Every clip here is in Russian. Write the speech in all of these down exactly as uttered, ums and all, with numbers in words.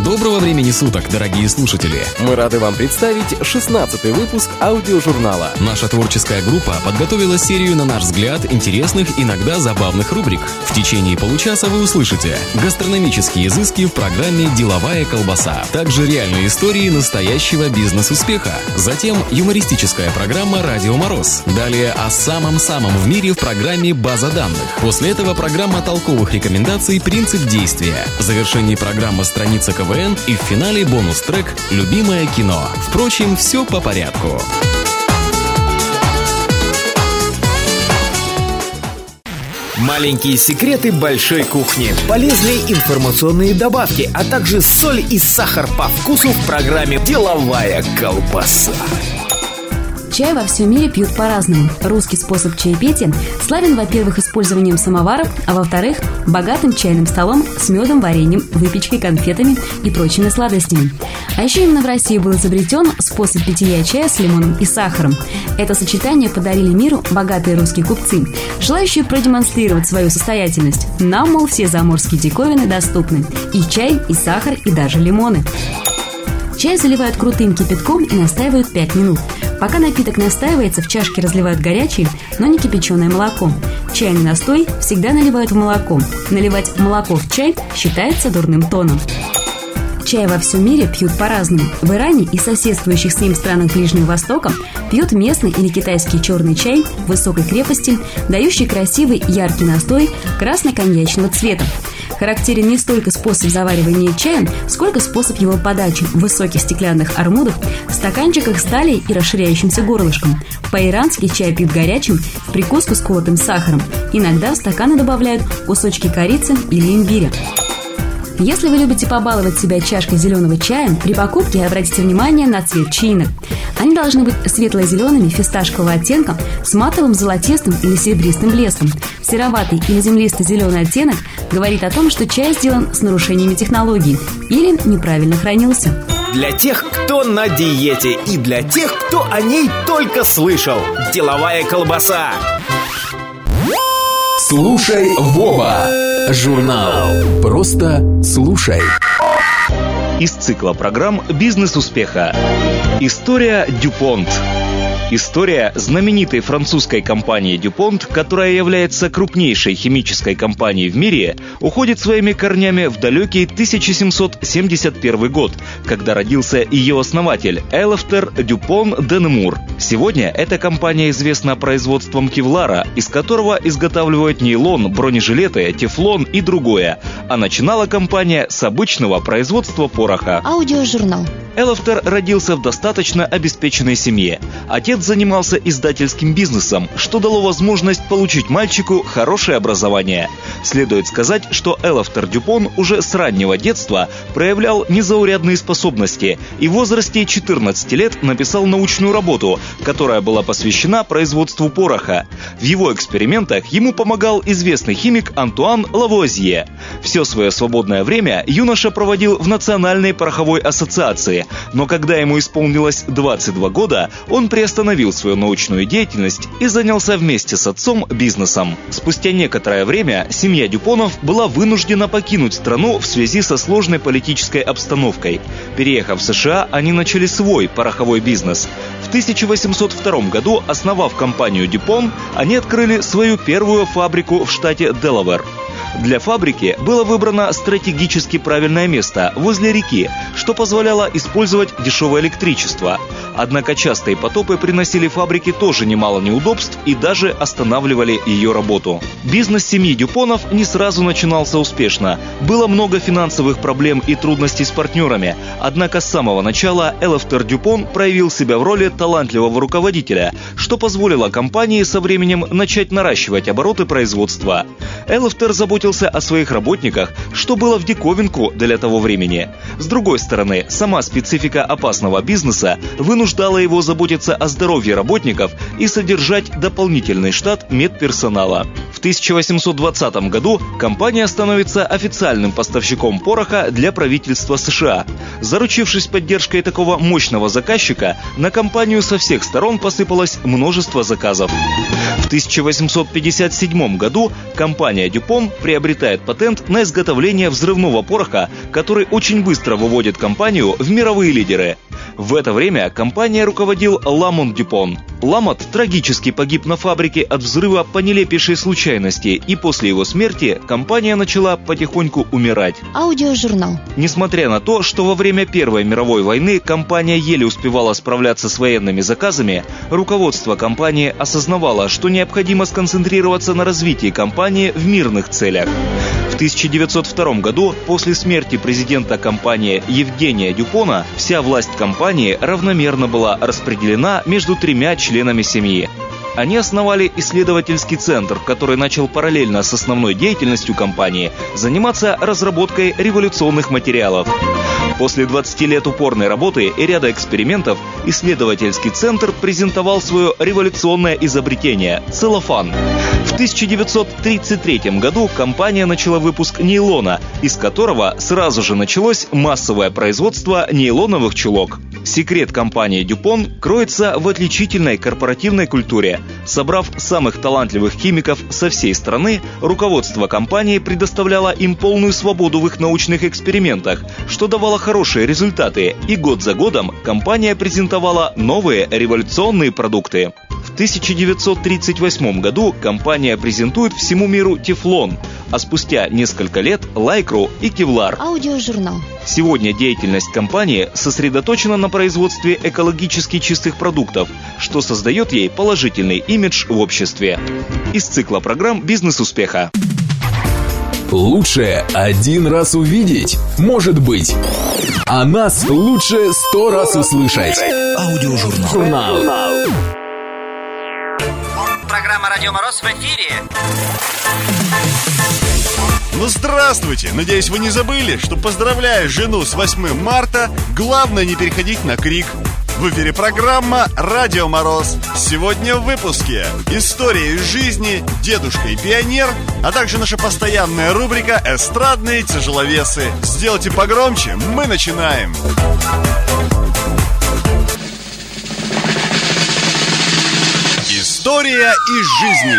Доброго времени суток, дорогие слушатели! Мы рады вам представить шестнадцатый выпуск аудиожурнала. Наша творческая группа подготовила серию, на наш взгляд, интересных, иногда забавных рубрик. В течение получаса вы услышите гастрономические изыски в программе «Деловая колбаса», также реальные истории настоящего бизнес-успеха, затем юмористическая программа «Радио Мороз», далее о самом-самом в мире в программе «База данных». После этого программа толковых рекомендаций «Принцип действия». В завершении программы страница ка вэ эн и в финале бонус-трек «Любимое кино». Впрочем, все по порядку. Маленькие секреты большой кухни, полезные информационные добавки, а также соль и сахар по вкусу в программе «Деловая колбаса». Чай во всем мире пьют по-разному. Русский способ чаепития славен, во-первых, использованием самоваров, а во-вторых, богатым чайным столом с медом, вареньем, выпечкой, конфетами и прочими сладостями. А еще именно в России был изобретен способ питья чая с лимоном и сахаром. Это сочетание подарили миру богатые русские купцы, желающие продемонстрировать свою состоятельность. Нам, мол, все заморские диковины доступны. И чай, и сахар, и даже лимоны. Чай заливают крутым кипятком и настаивают пять минут. Пока напиток настаивается, в чашке разливают горячее, но не кипяченое молоко. Чайный настой всегда наливают в молоко. Наливать молоко в чай считается дурным тоном. Чай во всем мире пьют по-разному. В Иране и соседствующих с ним странах Ближнего Востока пьют местный или китайский черный чай высокой крепости, дающий красивый яркий настой красно-коньячного цвета. Характерен не столько способ заваривания чая, сколько способ его подачи в высоких стеклянных армудах, в стаканчиках с талией и расширяющимся горлышком. По-ирански чай пьют горячим, в прикуску с колотым сахаром. Иногда в стаканы добавляют кусочки корицы или имбиря. Если вы любите побаловать себя чашкой зеленого чая, при покупке обратите внимание на цвет чаинок. Они должны быть светло-зелеными, фисташкового оттенка, с матовым золотистым или серебристым блеском. Сероватый или землисто-зеленый оттенок говорит о том, что чай сделан с нарушениями технологий или неправильно хранился. Для тех, кто на диете, и для тех, кто о ней только слышал. Деловая колбаса. Слушай, Вова! Журнал «Просто слушай». Из цикла программ «Бизнес успеха». История Дюпонт. История знаменитой французской компании «Дюпонт», которая является крупнейшей химической компанией в мире, уходит своими корнями в далекий тысяча семьсот семьдесят первый год, когда родился ее основатель Элефтер Дюпон де Немур. Сегодня эта компания известна производством кевлара, из которого изготавливают нейлон, бронежилеты, тефлон и другое, а начинала компания с обычного производства пороха. Аудиожурнал. Элефтер родился в достаточно обеспеченной семье. Отец занимался издательским бизнесом, что дало возможность получить мальчику хорошее образование. Следует сказать, что Элефтер Дюпон уже с раннего детства проявлял незаурядные способности и в возрасте четырнадцати лет написал научную работу, которая была посвящена производству пороха. В его экспериментах ему помогал известный химик Антуан Лавуазье. Все свое свободное время юноша проводил в Национальной пороховой ассоциации, но когда ему исполнилось двадцать два года, он приостановил свою научную деятельность и занялся вместе с отцом бизнесом. Спустя некоторое время семья Дюпонов была вынуждена покинуть страну в связи со сложной политической обстановкой. Переехав в США, они начали свой пороховой бизнес. В тысяча восемьсот втором году, основав компанию Дюпон, они открыли свою первую фабрику в штате Делавэр. Для фабрики было выбрано стратегически правильное место возле реки, что позволяло использовать дешевое электричество. Однако частые потопы приносили фабрике тоже немало неудобств и даже останавливали ее работу. Бизнес семьи Дюпонов не сразу начинался успешно. Было много финансовых проблем и трудностей с партнерами. Однако с самого начала Элефтер Дюпон проявил себя в роли талантливого руководителя, что позволило компании со временем начать наращивать обороты производства. Элефтер заботился о своих работниках, что было в диковинку для того времени. С другой стороны, сама специфика опасного бизнеса вынуждала его заботиться о здоровье работников и содержать дополнительный штат медперсонала. В тысяча восемьсот двадцатом году компания становится официальным поставщиком пороха для правительства США. Заручившись поддержкой такого мощного заказчика, на компанию со всех сторон посыпалось множество заказов. В тысяча восемьсот пятьдесят седьмом году компания Дюпон приобрела приобретает патент на изготовление взрывного пороха, который очень быстро выводит компанию в мировые лидеры. В это время компанией руководил Ламонт Дюпон. Ламонт трагически погиб на фабрике от взрыва по нелепейшей случайности, и после его смерти компания начала потихоньку умирать. Аудиожурнал. Несмотря на то, что во время Первой мировой войны компания еле успевала справляться с военными заказами, руководство компании осознавало, что необходимо сконцентрироваться на развитии компании в мирных целях. В тысяча девятьсот втором году, после смерти президента компании Евгения Дюпона, вся власть компании равномерно была распределена между тремя членами семьи. Они основали исследовательский центр, который начал параллельно с основной деятельностью компании заниматься разработкой революционных материалов. После двадцати лет упорной работы и ряда экспериментов исследовательский центр презентовал свое революционное изобретение – целлофан. В тысяча девятьсот тридцать третьем году компания начала выпуск нейлона, из которого сразу же началось массовое производство нейлоновых чулок. Секрет компании Дюпон кроется в отличительной корпоративной культуре. Собрав самых талантливых химиков со всей страны, руководство компании предоставляло им полную свободу в их научных экспериментах, что давало хорошие результаты, и год за годом компания презентовала новые революционные продукты. В тысяча девятьсот тридцать восьмом году компания презентует всему миру тефлон, а спустя несколько лет лайкру и кевлар. Аудиожурнал. Сегодня деятельность компании сосредоточена на производстве экологически чистых продуктов, что создает ей положительный имидж в обществе. Из цикла программ «Бизнес успеха». Лучше один раз увидеть, может быть. А нас лучше сто раз услышать. Аудиожурнал. Журнал. Программа «Радио Мороз» в эфире. Ну здравствуйте! Надеюсь, вы не забыли, что, поздравляя жену с восьмым марта, главное не переходить на крик. В эфире программа «Радио Мороз». Сегодня в выпуске история из жизни, дедушка и пионер, а также наша постоянная рубрика «Эстрадные тяжеловесы». Сделайте погромче, мы начинаем! История из жизни.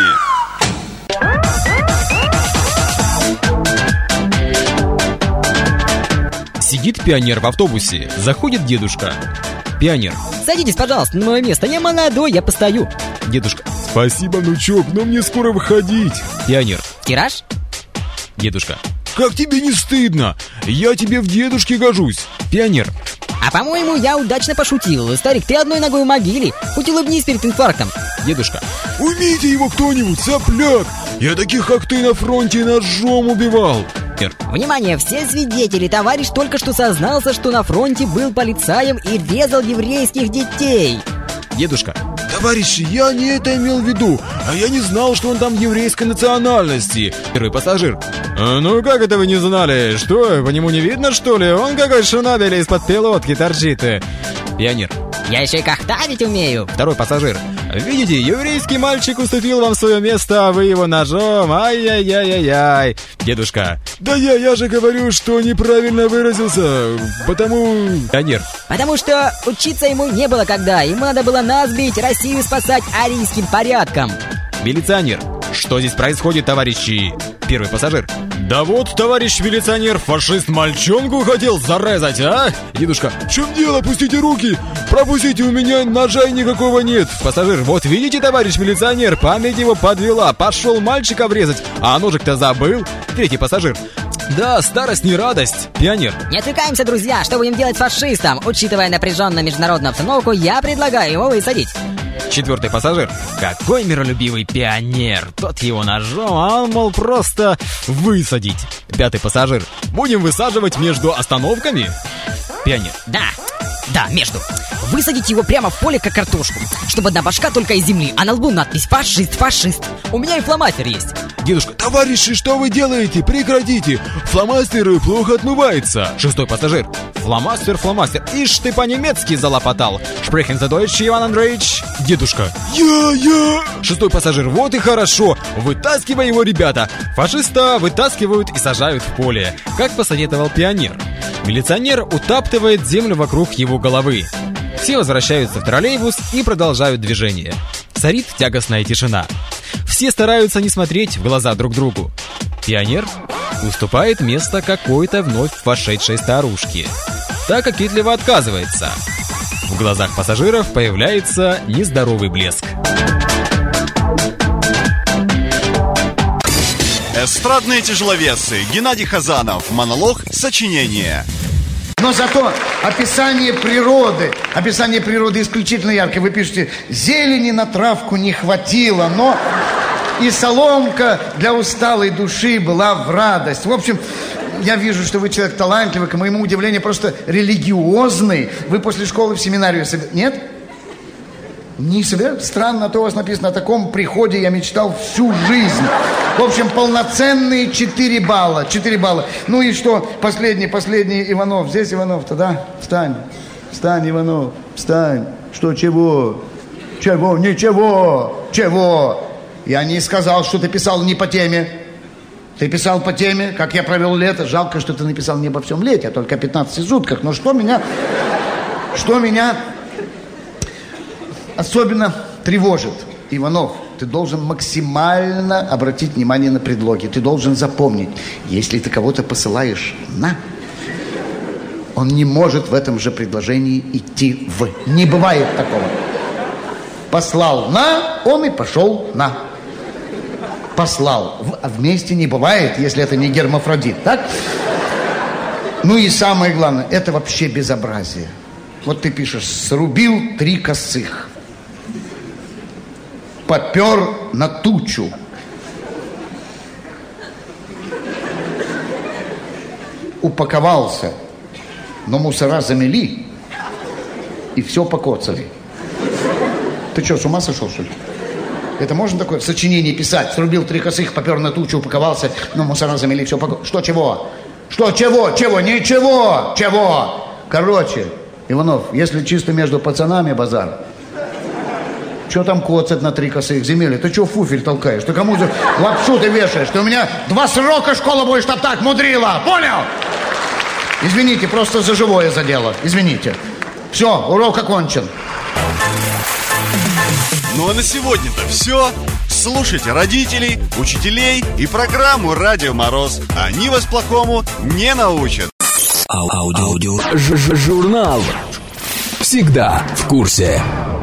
Сидит пионер в автобусе, заходит дедушка. Пионер: садитесь, пожалуйста, на мое место, я молодой, я постою. Дедушка: спасибо, внучок, но мне скоро выходить. Пионер: тираж? Дедушка: как тебе не стыдно? Я тебе в дедушке гожусь. Пионер: а по-моему, я удачно пошутил. Старик, ты одной ногой в могиле. Хоть улыбнись перед инфарктом. Дедушка: убейте его кто-нибудь, сопляк! Я таких, как ты, на фронте ножом убивал. Внимание, все свидетели, товарищ только что сознался, что на фронте был полицаем и резал еврейских детей. Дедушка: товарищи, я не это имел в виду, а я не знал, что он там еврейской национальности. Первый пассажир: а, ну как это вы не знали? Что, по нему не видно, что ли? Он какой шнабель из-под пилотки торчит. Пионер: я еще и кахтавить умею. Второй пассажир: видите, еврейский мальчик уступил вам свое место, а вы его ножом. Ай-яй-яй-яй-яй. Дедушка: да я, я же говорю, что неправильно выразился. Потому... Пионер: потому что учиться ему не было когда. Ему надо было нас бить, Россию спасать арийским порядком. Милиционер: что здесь происходит, товарищи? Первый пассажир: да вот, товарищ милиционер, фашист мальчонку хотел зарезать, а? Дедушка: в чем дело? Пустите руки! Пропустите, у меня ножа никакого нет. Пассажир: вот видите, товарищ милиционер, память его подвела. Пошел мальчика врезать, а ножик-то забыл. Третий пассажир: да, старость не радость. Пионер: не отвлекаемся, друзья, что будем делать фашистам? Учитывая напряженную международную обстановку, я предлагаю его высадить. Четвертый пассажир: какой миролюбивый пионер. Тот его ножом, а он, мол, просто высадить. Пятый пассажир: будем высаживать между остановками. Пионер: да, да, между. Высадить его прямо в поле, как картошку, чтобы одна башка только из земли, а на лбу надпись «Фашист, фашист». У меня и фломастер есть. Дедушка: товарищи, что вы делаете? Прекратите! Фломастер плохо отмывается. Шестой пассажир: фломастер, фломастер. Ишь ты по-немецки залопотал. Sprechen Sie Deutsch, Иван Андреевич? Дедушка: я, я. Шестой пассажир: вот и хорошо. Вытаскивай его, ребята. Фашиста вытаскивают и сажают в поле, как посоветовал пионер. Милиционер утаптывает землю вокруг его головы. Все возвращаются в троллейбус и продолжают движение. Царит тягостная тишина. Все стараются не смотреть в глаза друг другу. Пионер уступает место какой-то вновь вошедшей старушке. Та кокетливо отказывается. В глазах пассажиров появляется нездоровый блеск. Эстрадные тяжеловесы. Геннадий Хазанов. Монолог «Сочинение». Но зато описание природы, описание природы исключительно яркое. Вы пишете: зелени на травку не хватило, но и соломка для усталой души была в радость. В общем, я вижу, что вы человек талантливый, к моему удивлению, просто религиозный. Вы после школы в семинарию собираетесь? Нет? Не собираетесь? Странно, а то у вас написано: о таком приходе я мечтал всю жизнь. В общем, полноценные четыре балла. четыре балла. Ну и что? Последний, последний Иванов. Здесь Иванов-то, да? Встань. Встань, Иванов. Встань. Что, чего? Чего? Ничего. Чего? Я не сказал, что ты писал не по теме. Ты писал по теме, как я провел лето. Жалко, что ты написал не обо всем лете, а только о пятнадцати сутках. Но что меня... Что меня особенно тревожит, Иванов, ты должен максимально обратить внимание на предлоги. Ты должен запомнить, если ты кого-то посылаешь на, он не может в этом же предложении идти в. Не бывает такого. Послал на, он и пошел на. Послал. В, а вместе не бывает, если это не гермафродит, так? Ну и самое главное, это вообще безобразие. Вот ты пишешь: срубил три косых, попер на тучу. Упаковался, но мусора замели и все покоцали. Ты что, с ума сошел, что ли? Это можно такое сочинение писать? Срубил три косых, попер на тучу, упаковался, но мусора замели, все покоцали. Что, чего? Что, чего? Чего? Ничего! Чего? Короче, Иванов, если чисто между пацанами базар, что там коцать на три косых земли? Ты что фуфель толкаешь? Ты кому же лапшу ты вешаешь? Ты у меня два срока школа будешь топтать, мудрила. Понял? Извините, просто за живое задело. Извините. Все, урок окончен. Ну а на сегодня-то все. Слушайте родителей, учителей и программу «Радио Мороз». Они вас плохому не научат. Аудио. Журнал. Всегда в курсе.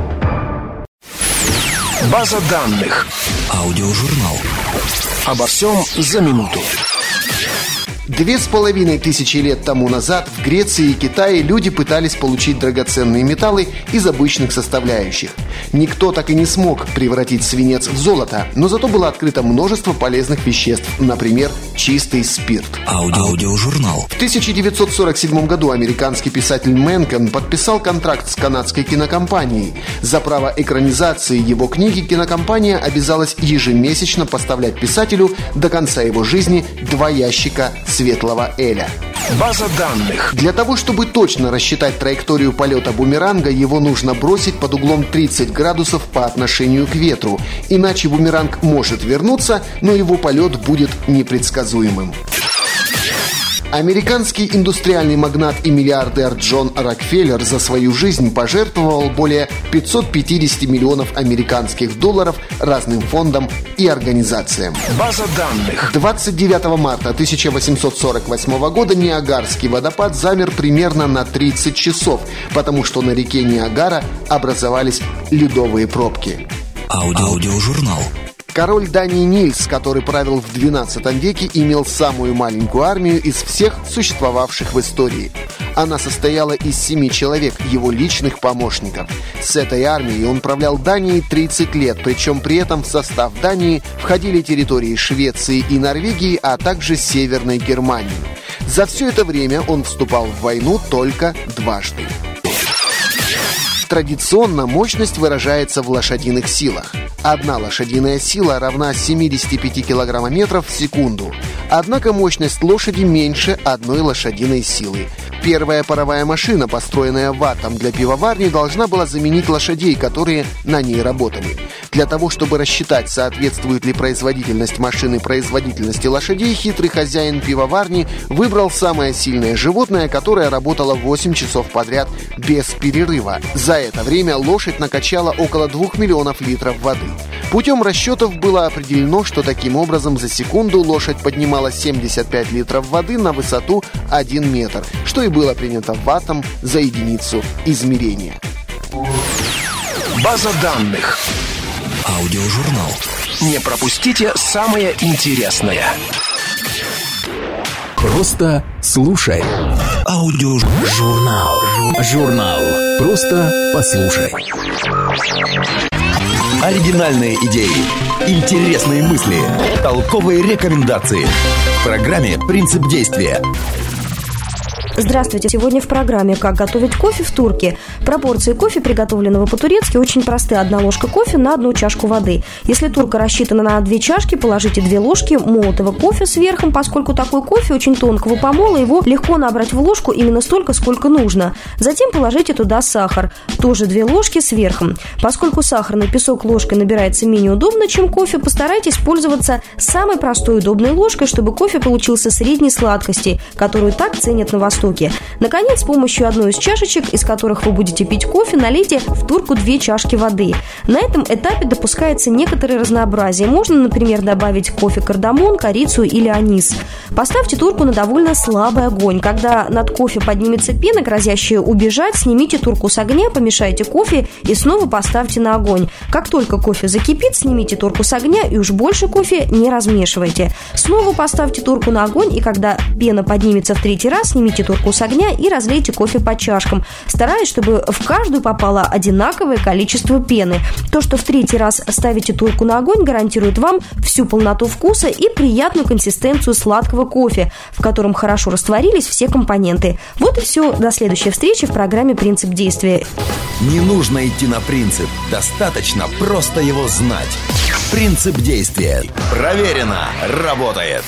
База данных. Аудиожурнал. Обо всем за минуту. Две с половиной тысячи лет тому назад в Греции и Китае люди пытались получить драгоценные металлы из обычных составляющих. Никто так и не смог превратить свинец в золото, но зато было открыто множество полезных веществ, например, чистый спирт. Аудиожурнал. В тысяча девятьсот сорок седьмом году американский писатель Менкен подписал контракт с канадской кинокомпанией. За право экранизации его книги кинокомпания обязалась ежемесячно поставлять писателю до конца его жизни два ящика светлого эля. База данных. Для того, чтобы точно рассчитать траекторию полета бумеранга, его нужно бросить под углом тридцать градусов по отношению к ветру. Иначе бумеранг может вернуться, но его полет будет непредсказуемым. Американский индустриальный магнат и миллиардер Джон Рокфеллер за свою жизнь пожертвовал более пятьсот пятьдесят миллионов американских долларов разным фондам и организациям. База данных. двадцать девятого марта тысяча восемьсот сорок восьмого года Ниагарский водопад замер примерно на тридцать часов, потому что на реке Ниагара образовались ледовые пробки. Аудиожурнал. Король Дании Нильс, который правил в двенадцатом веке, имел самую маленькую армию из всех существовавших в истории. Она состояла из семи человек, его личных помощников. С этой армией он правлял Данией тридцать лет, причем при этом в состав Дании входили территории Швеции и Норвегии, а также Северной Германии. За все это время он вступал в войну только дважды. Традиционно мощность выражается в лошадиных силах. Одна лошадиная сила равна семидесяти пяти килограммам в секунду. Однако мощность лошади меньше одной лошадиной силы. Первая паровая машина, построенная ваттом для пивоварни, должна была заменить лошадей, которые на ней работали. Для того, чтобы рассчитать, соответствует ли производительность машины производительности лошадей, хитрый хозяин пивоварни выбрал самое сильное животное, которое работало восемь часов подряд без перерыва. За это время лошадь накачала около двух миллионов литров воды. Путем расчетов было определено, что таким образом за секунду лошадь поднимала семьдесят пять литров воды на высоту один метр, что и было принято ваттом за единицу измерения. База данных. Аудиожурнал. Не пропустите самое интересное. Просто слушай. Аудиожурнал. Журнал. Просто послушай. Оригинальные идеи, интересные мысли, толковые рекомендации. В программе «Принцип действия». Здравствуйте! Сегодня в программе «Как готовить кофе в турке». Пропорции кофе, приготовленного по-турецки, очень просты. Одна ложка кофе на одну чашку воды. Если турка рассчитана на две чашки, положите две ложки молотого кофе сверху. Поскольку такой кофе очень тонкого помола, его легко набрать в ложку именно столько, сколько нужно. Затем положите туда сахар. Тоже две ложки сверху. Поскольку сахарный песок ложкой набирается менее удобно, чем кофе, постарайтесь пользоваться самой простой удобной ложкой, чтобы кофе получился средней сладкости, которую так ценят на Востоке. Наконец, с помощью одной из чашечек, из которых вы будете пить кофе, налейте в турку две чашки воды. На этом этапе допускается некоторое разнообразие. Можно, например, добавить кофе кардамон, корицу или анис. Поставьте турку на довольно слабый огонь. Когда над кофе поднимется пена, грозящая убежать, снимите турку с огня, помешайте кофе и снова поставьте на огонь. Как только кофе закипит, снимите турку с огня и уж больше кофе не размешивайте. Снова поставьте турку на огонь, и когда пена поднимется в третий раз, снимите турку с огня и разлейте кофе по чашкам, стараясь, чтобы в каждую попало одинаковое количество пены. То, что в третий раз ставите турку на огонь, гарантирует вам всю полноту вкуса и приятную консистенцию сладкого кофе, в котором хорошо растворились все компоненты. Вот и все. До следующей встречи в программе «Принцип действия». Не нужно идти на принцип, достаточно просто его знать. Принцип действия. Проверено. Работает.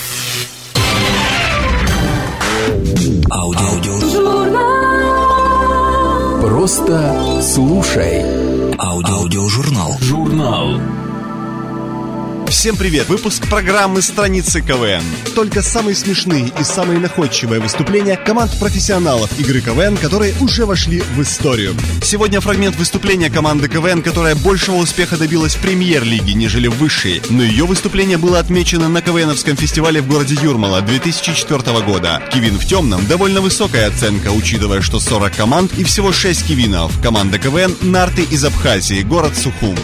Аудиожурнал. Просто слушай. Аудиожурнал. Журнал. Всем привет! Выпуск программы «Страницы КВН». Только самые смешные и самые находчивые выступления команд профессионалов игры КВН, которые уже вошли в историю. Сегодня фрагмент выступления команды КВН, которая большего успеха добилась в премьер-лиге, нежели в высшей. Но ее выступление было отмечено на КВНовском фестивале в городе Юрмала две тысячи четвёртого года. «Кивин в темном» — довольно высокая оценка, учитывая, что сорок команд и всего шесть кивинов. Команда КВН «Нарты» из Абхазии, город Сухум.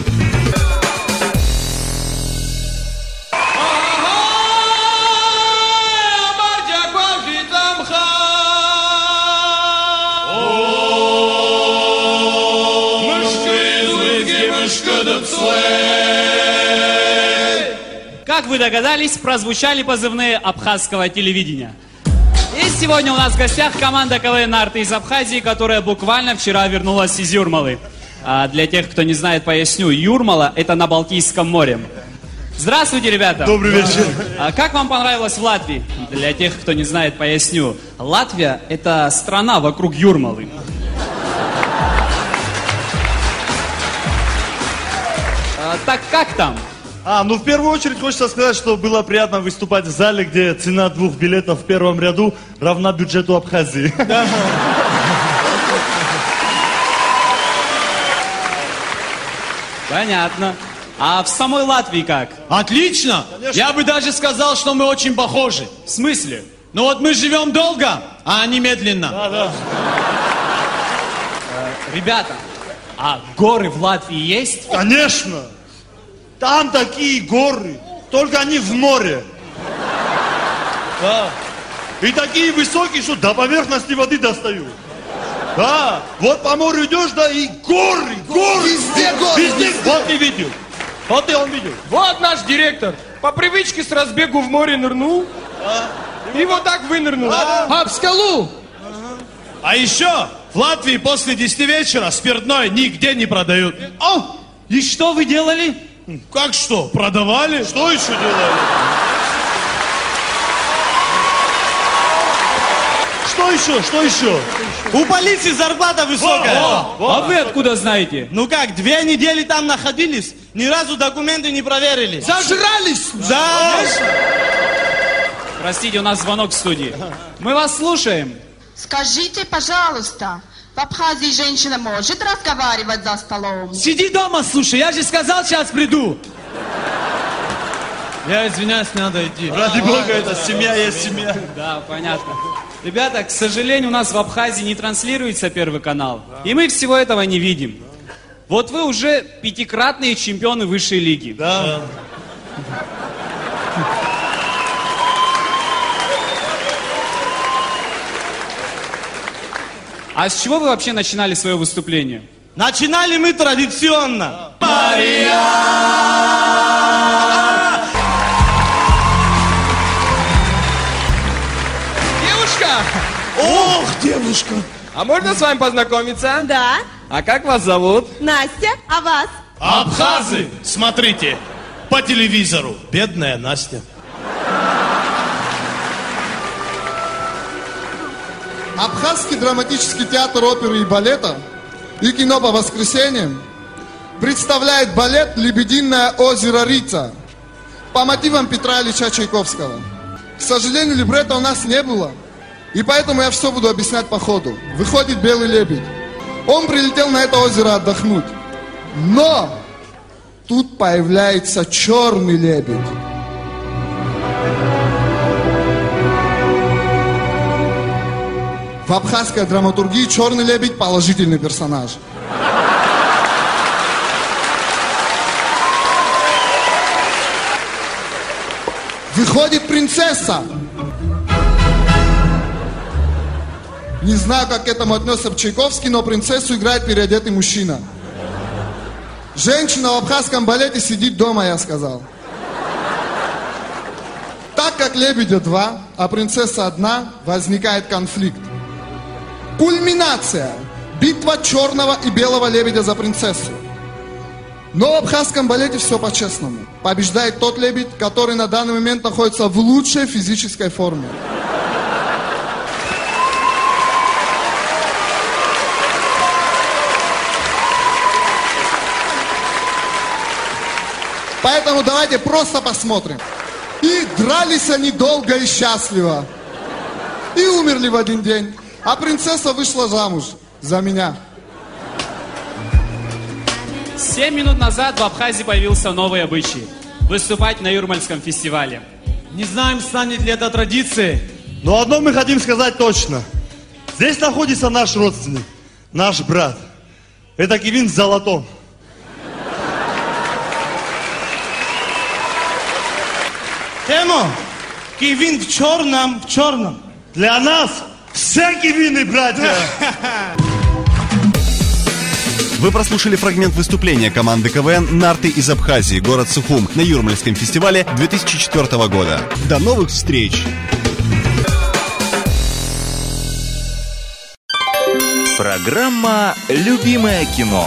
Как вы догадались, прозвучали позывные абхазского телевидения. И сегодня у нас в гостях команда КВН «Нарты» из Абхазии, которая буквально вчера вернулась из Юрмалы. А для тех, кто не знает, поясню. Юрмала – это на Балтийском море. Здравствуйте, ребята! Добрый вечер! А как вам понравилось в Латвии? Для тех, кто не знает, поясню. Латвия – это страна вокруг Юрмалы. А, так как там? А, ну в первую очередь хочется сказать, что было приятно выступать в зале, где цена двух билетов в первом ряду равна бюджету Абхазии. Понятно. А в самой Латвии как? Отлично! Конечно. Я бы даже сказал, что мы очень похожи. В смысле? Ну вот мы живем долго, а они медленно. Да, да. Ребята, а горы в Латвии есть? Конечно! Там такие горы, только они в море. Да. И такие высокие, что до поверхности воды достают. Да. Вот по морю идешь, да, и горы, горы. Везде горы. Везде. Везде. Вот и видел. Вот и он видел. Вот наш директор. По привычке с разбегу в море нырнул. Да. И вот так вынырнул. Да. Об скалу. Ага. А еще в Латвии после десяти вечера спиртное нигде не продают. О, и что вы делали? Как что? Продавали? Что еще делали? Что что еще? Что еще? У полиции зарплата высокая. О, о, а вы откуда знаете? Ну как, две недели там находились, ни разу документы не проверили. Зажрались? Да. Простите, у нас звонок в студии. Мы вас слушаем. Скажите, пожалуйста, в Абхазии женщина может разговаривать за столом? Сиди дома, слушай, я же сказал, сейчас приду. Я извиняюсь, мне надо идти. Ради бога, это семья есть семья. Да, понятно. Ребята, к сожалению, у нас в Абхазии не транслируется Первый канал. И мы всего этого не видим. Вот вы уже пятикратные чемпионы высшей лиги. Да. А с чего вы вообще начинали свое выступление? Начинали мы традиционно. Мария! Девушка! Ох, девушка! А можно с вами познакомиться? Да. А как вас зовут? Настя, а вас? Абхазы, смотрите, по телевизору. Бедная Настя. Абхазский драматический театр оперы и балета и кино по воскресеньям представляет балет «Лебединое озеро Рица» по мотивам Петра Ильича Чайковского. К сожалению, либретто у нас не было, и поэтому я все буду объяснять по ходу. Выходит белый лебедь. Он прилетел на это озеро отдохнуть. Но тут появляется черный лебедь. В абхазской драматургии черный лебедь – положительный персонаж. Выходит принцесса. Не знаю, как к этому отнесся Чайковский, но принцессу играет переодетый мужчина. Женщина в абхазском балете сидит дома, я сказал. Так как лебедя два, а принцесса одна, возникает конфликт. Кульминация. Битва черного и белого лебедя за принцессу. Но в абхазском балете все по-честному. Побеждает тот лебедь, который на данный момент находится в лучшей физической форме. Поэтому давайте просто посмотрим. И дрались они долго и счастливо. И умерли в один день. А принцесса вышла замуж за меня. Семь минут назад в Абхазии появился новый обычай. Выступать на Юрмальском фестивале. Не знаем, станет ли это традицией. Но одно мы хотим сказать точно. Здесь находится наш родственник, наш брат. Это Кевин в золотом. Тема, Кевин в черном, в черном. Для нас все Кевины, братья. Вы прослушали фрагмент выступления команды КВН «Нарты из Абхазии», город Сухум, на Юрмальском фестивале две тысячи четвёртого года. До новых встреч! Программа «Любимое кино».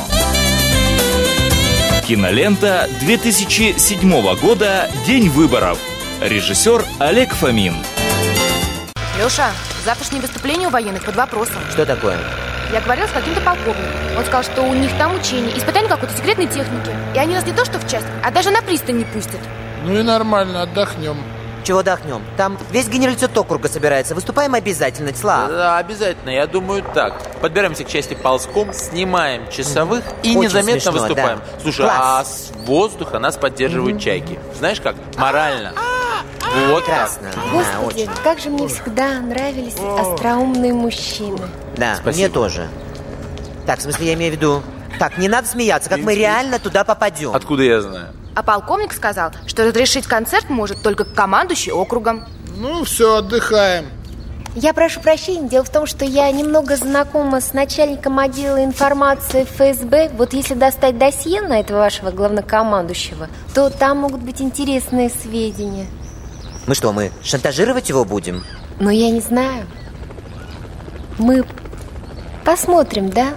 Кинолента две тысячи седьмого года «День выборов». Режиссер Олег Фомин. Леша, завтрашнее выступление у военных под вопросом. Что такое? Я говорила с каким-то полковником. Он сказал, что у них там учение, испытание какой-то секретной техники. И они нас не то что в часть, а даже на пристань не пустят. Ну и нормально, отдохнем. Чего отдохнем? Там весь генералитет округа собирается. Выступаем обязательно, Слав. Да, обязательно. Я думаю так. Подбираемся к части ползком, снимаем часовых и Очень незаметно смешно, выступаем. да. Слушай, Класс. а с воздуха нас поддерживают чайки. Знаешь как? Морально. Вот Прекрасно. так. Господи, как же мне всегда нравились остроумные мужчины. Да, Спасибо. мне тоже. Так, в смысле, я имею в виду... Так, не надо смеяться, как мы реально туда попадем. Откуда я знаю? А полковник сказал, что разрешить концерт может только командующий округом. Ну, все, отдыхаем. Я прошу прощения, дело в том, что я немного знакома с начальником отдела информации эф эс бэ. Вот если достать досье на этого вашего главнокомандующего, то там могут быть интересные сведения. Мы что, мы шантажировать его будем? Но я не знаю. Мы посмотрим, да?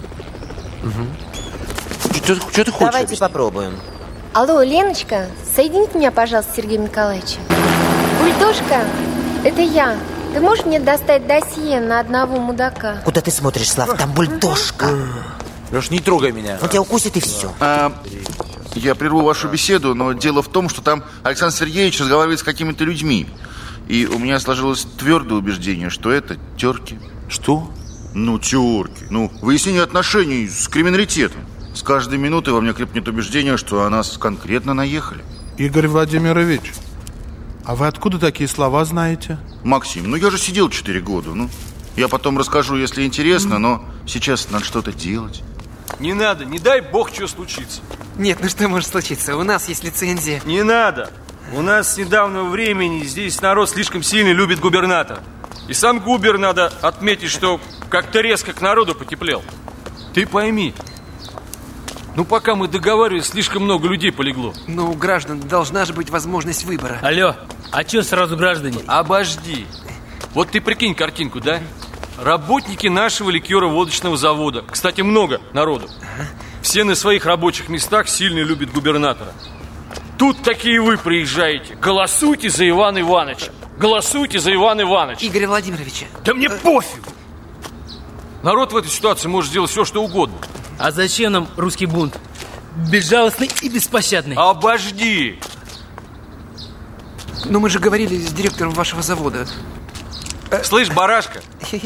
Угу. Что, что ты хочешь? Давайте объяснить? попробуем. Алло, Леночка, соедините меня, пожалуйста, с Сергеем Николаевичем. Бульдожка, это я. Ты можешь мне достать досье на одного мудака? Куда ты смотришь, Слав? Там бульдожка. Леш, не трогай меня. Он тебя укусит и все. А, я прерву вашу беседу, но дело в том, что там Александр Сергеевич разговаривает с какими-то людьми. И у меня сложилось твердое убеждение, что это терки. Что? Ну, терки. Ну, выяснение отношений с криминалитетом. С каждой минутой во мне крепнет убеждение, что о нас конкретно наехали. Игорь Владимирович, а вы откуда такие слова знаете? Максим, ну я же сидел четыре года. Ну, я потом расскажу, если интересно, но сейчас надо что-то делать. Не надо, не дай бог, что случится. Нет, ну что может случиться? У нас есть лицензия. Не надо. У нас с недавнего времени здесь народ слишком сильно любит губернатора. И сам губер, надо отметить, что как-то резко к народу потеплел. Ты пойми, ну пока мы договаривались, слишком много людей полегло. Но у граждан должна же быть возможность выбора. Алло, а чё сразу граждане? Обожди. Вот ты прикинь картинку, да? Работники нашего ликеро-водочного завода. Кстати, много народу. Все на своих рабочих местах сильно любят губернатора. Тут такие вы приезжаете. Голосуйте за Ивана Ивановича. Голосуйте за Ивана Ивановича. Игоря Владимировича. Да мне пофиг. Народ в этой ситуации может сделать все, что угодно. А зачем нам русский бунт? Безжалостный и беспощадный. Обожди. Но мы же говорили с директором вашего завода. Слышь, барашка,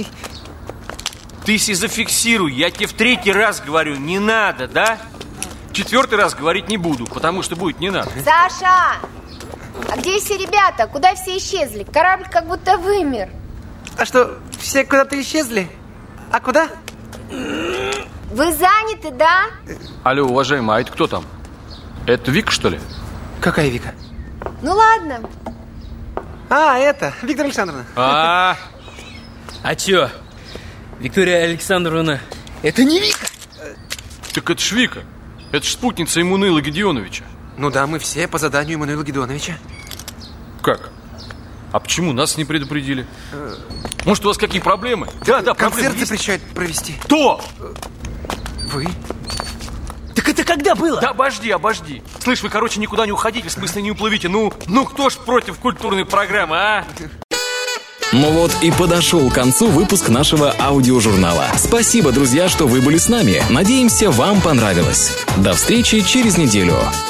ты си зафиксируй. Я тебе в третий раз говорю, не надо, да? Четвертый раз говорить не буду, потому что будет не надо. Саша! А где все ребята? Куда все исчезли? Корабль как будто вымер. А что, все куда-то исчезли? А куда? Вы заняты, да? Алло, уважаемый, а это кто там? Это Вика, что ли? Какая Вика? Ну ладно. А, это, Виктория Александровна. А, а чё? Виктория Александровна, это не Вика? Так это ж Вика. Это ж спутница Эммануила Гедеоновича. Ну да, мы все по заданию Эммануила Гедеоновича. Как? А почему нас не предупредили? Может, у вас какие проблемы? Да, да, проблемы Концерт запрещают провести. Кто? Вы? Так это когда было? Да обожди, обожди. Слышь, вы, короче, никуда не уходите, в смысле не уплывите. Ну, ну кто ж против культурной программы, а? Ну вот и подошел к концу выпуск нашего аудиожурнала. Спасибо, друзья, что вы были с нами. Надеемся, вам понравилось. До встречи через неделю.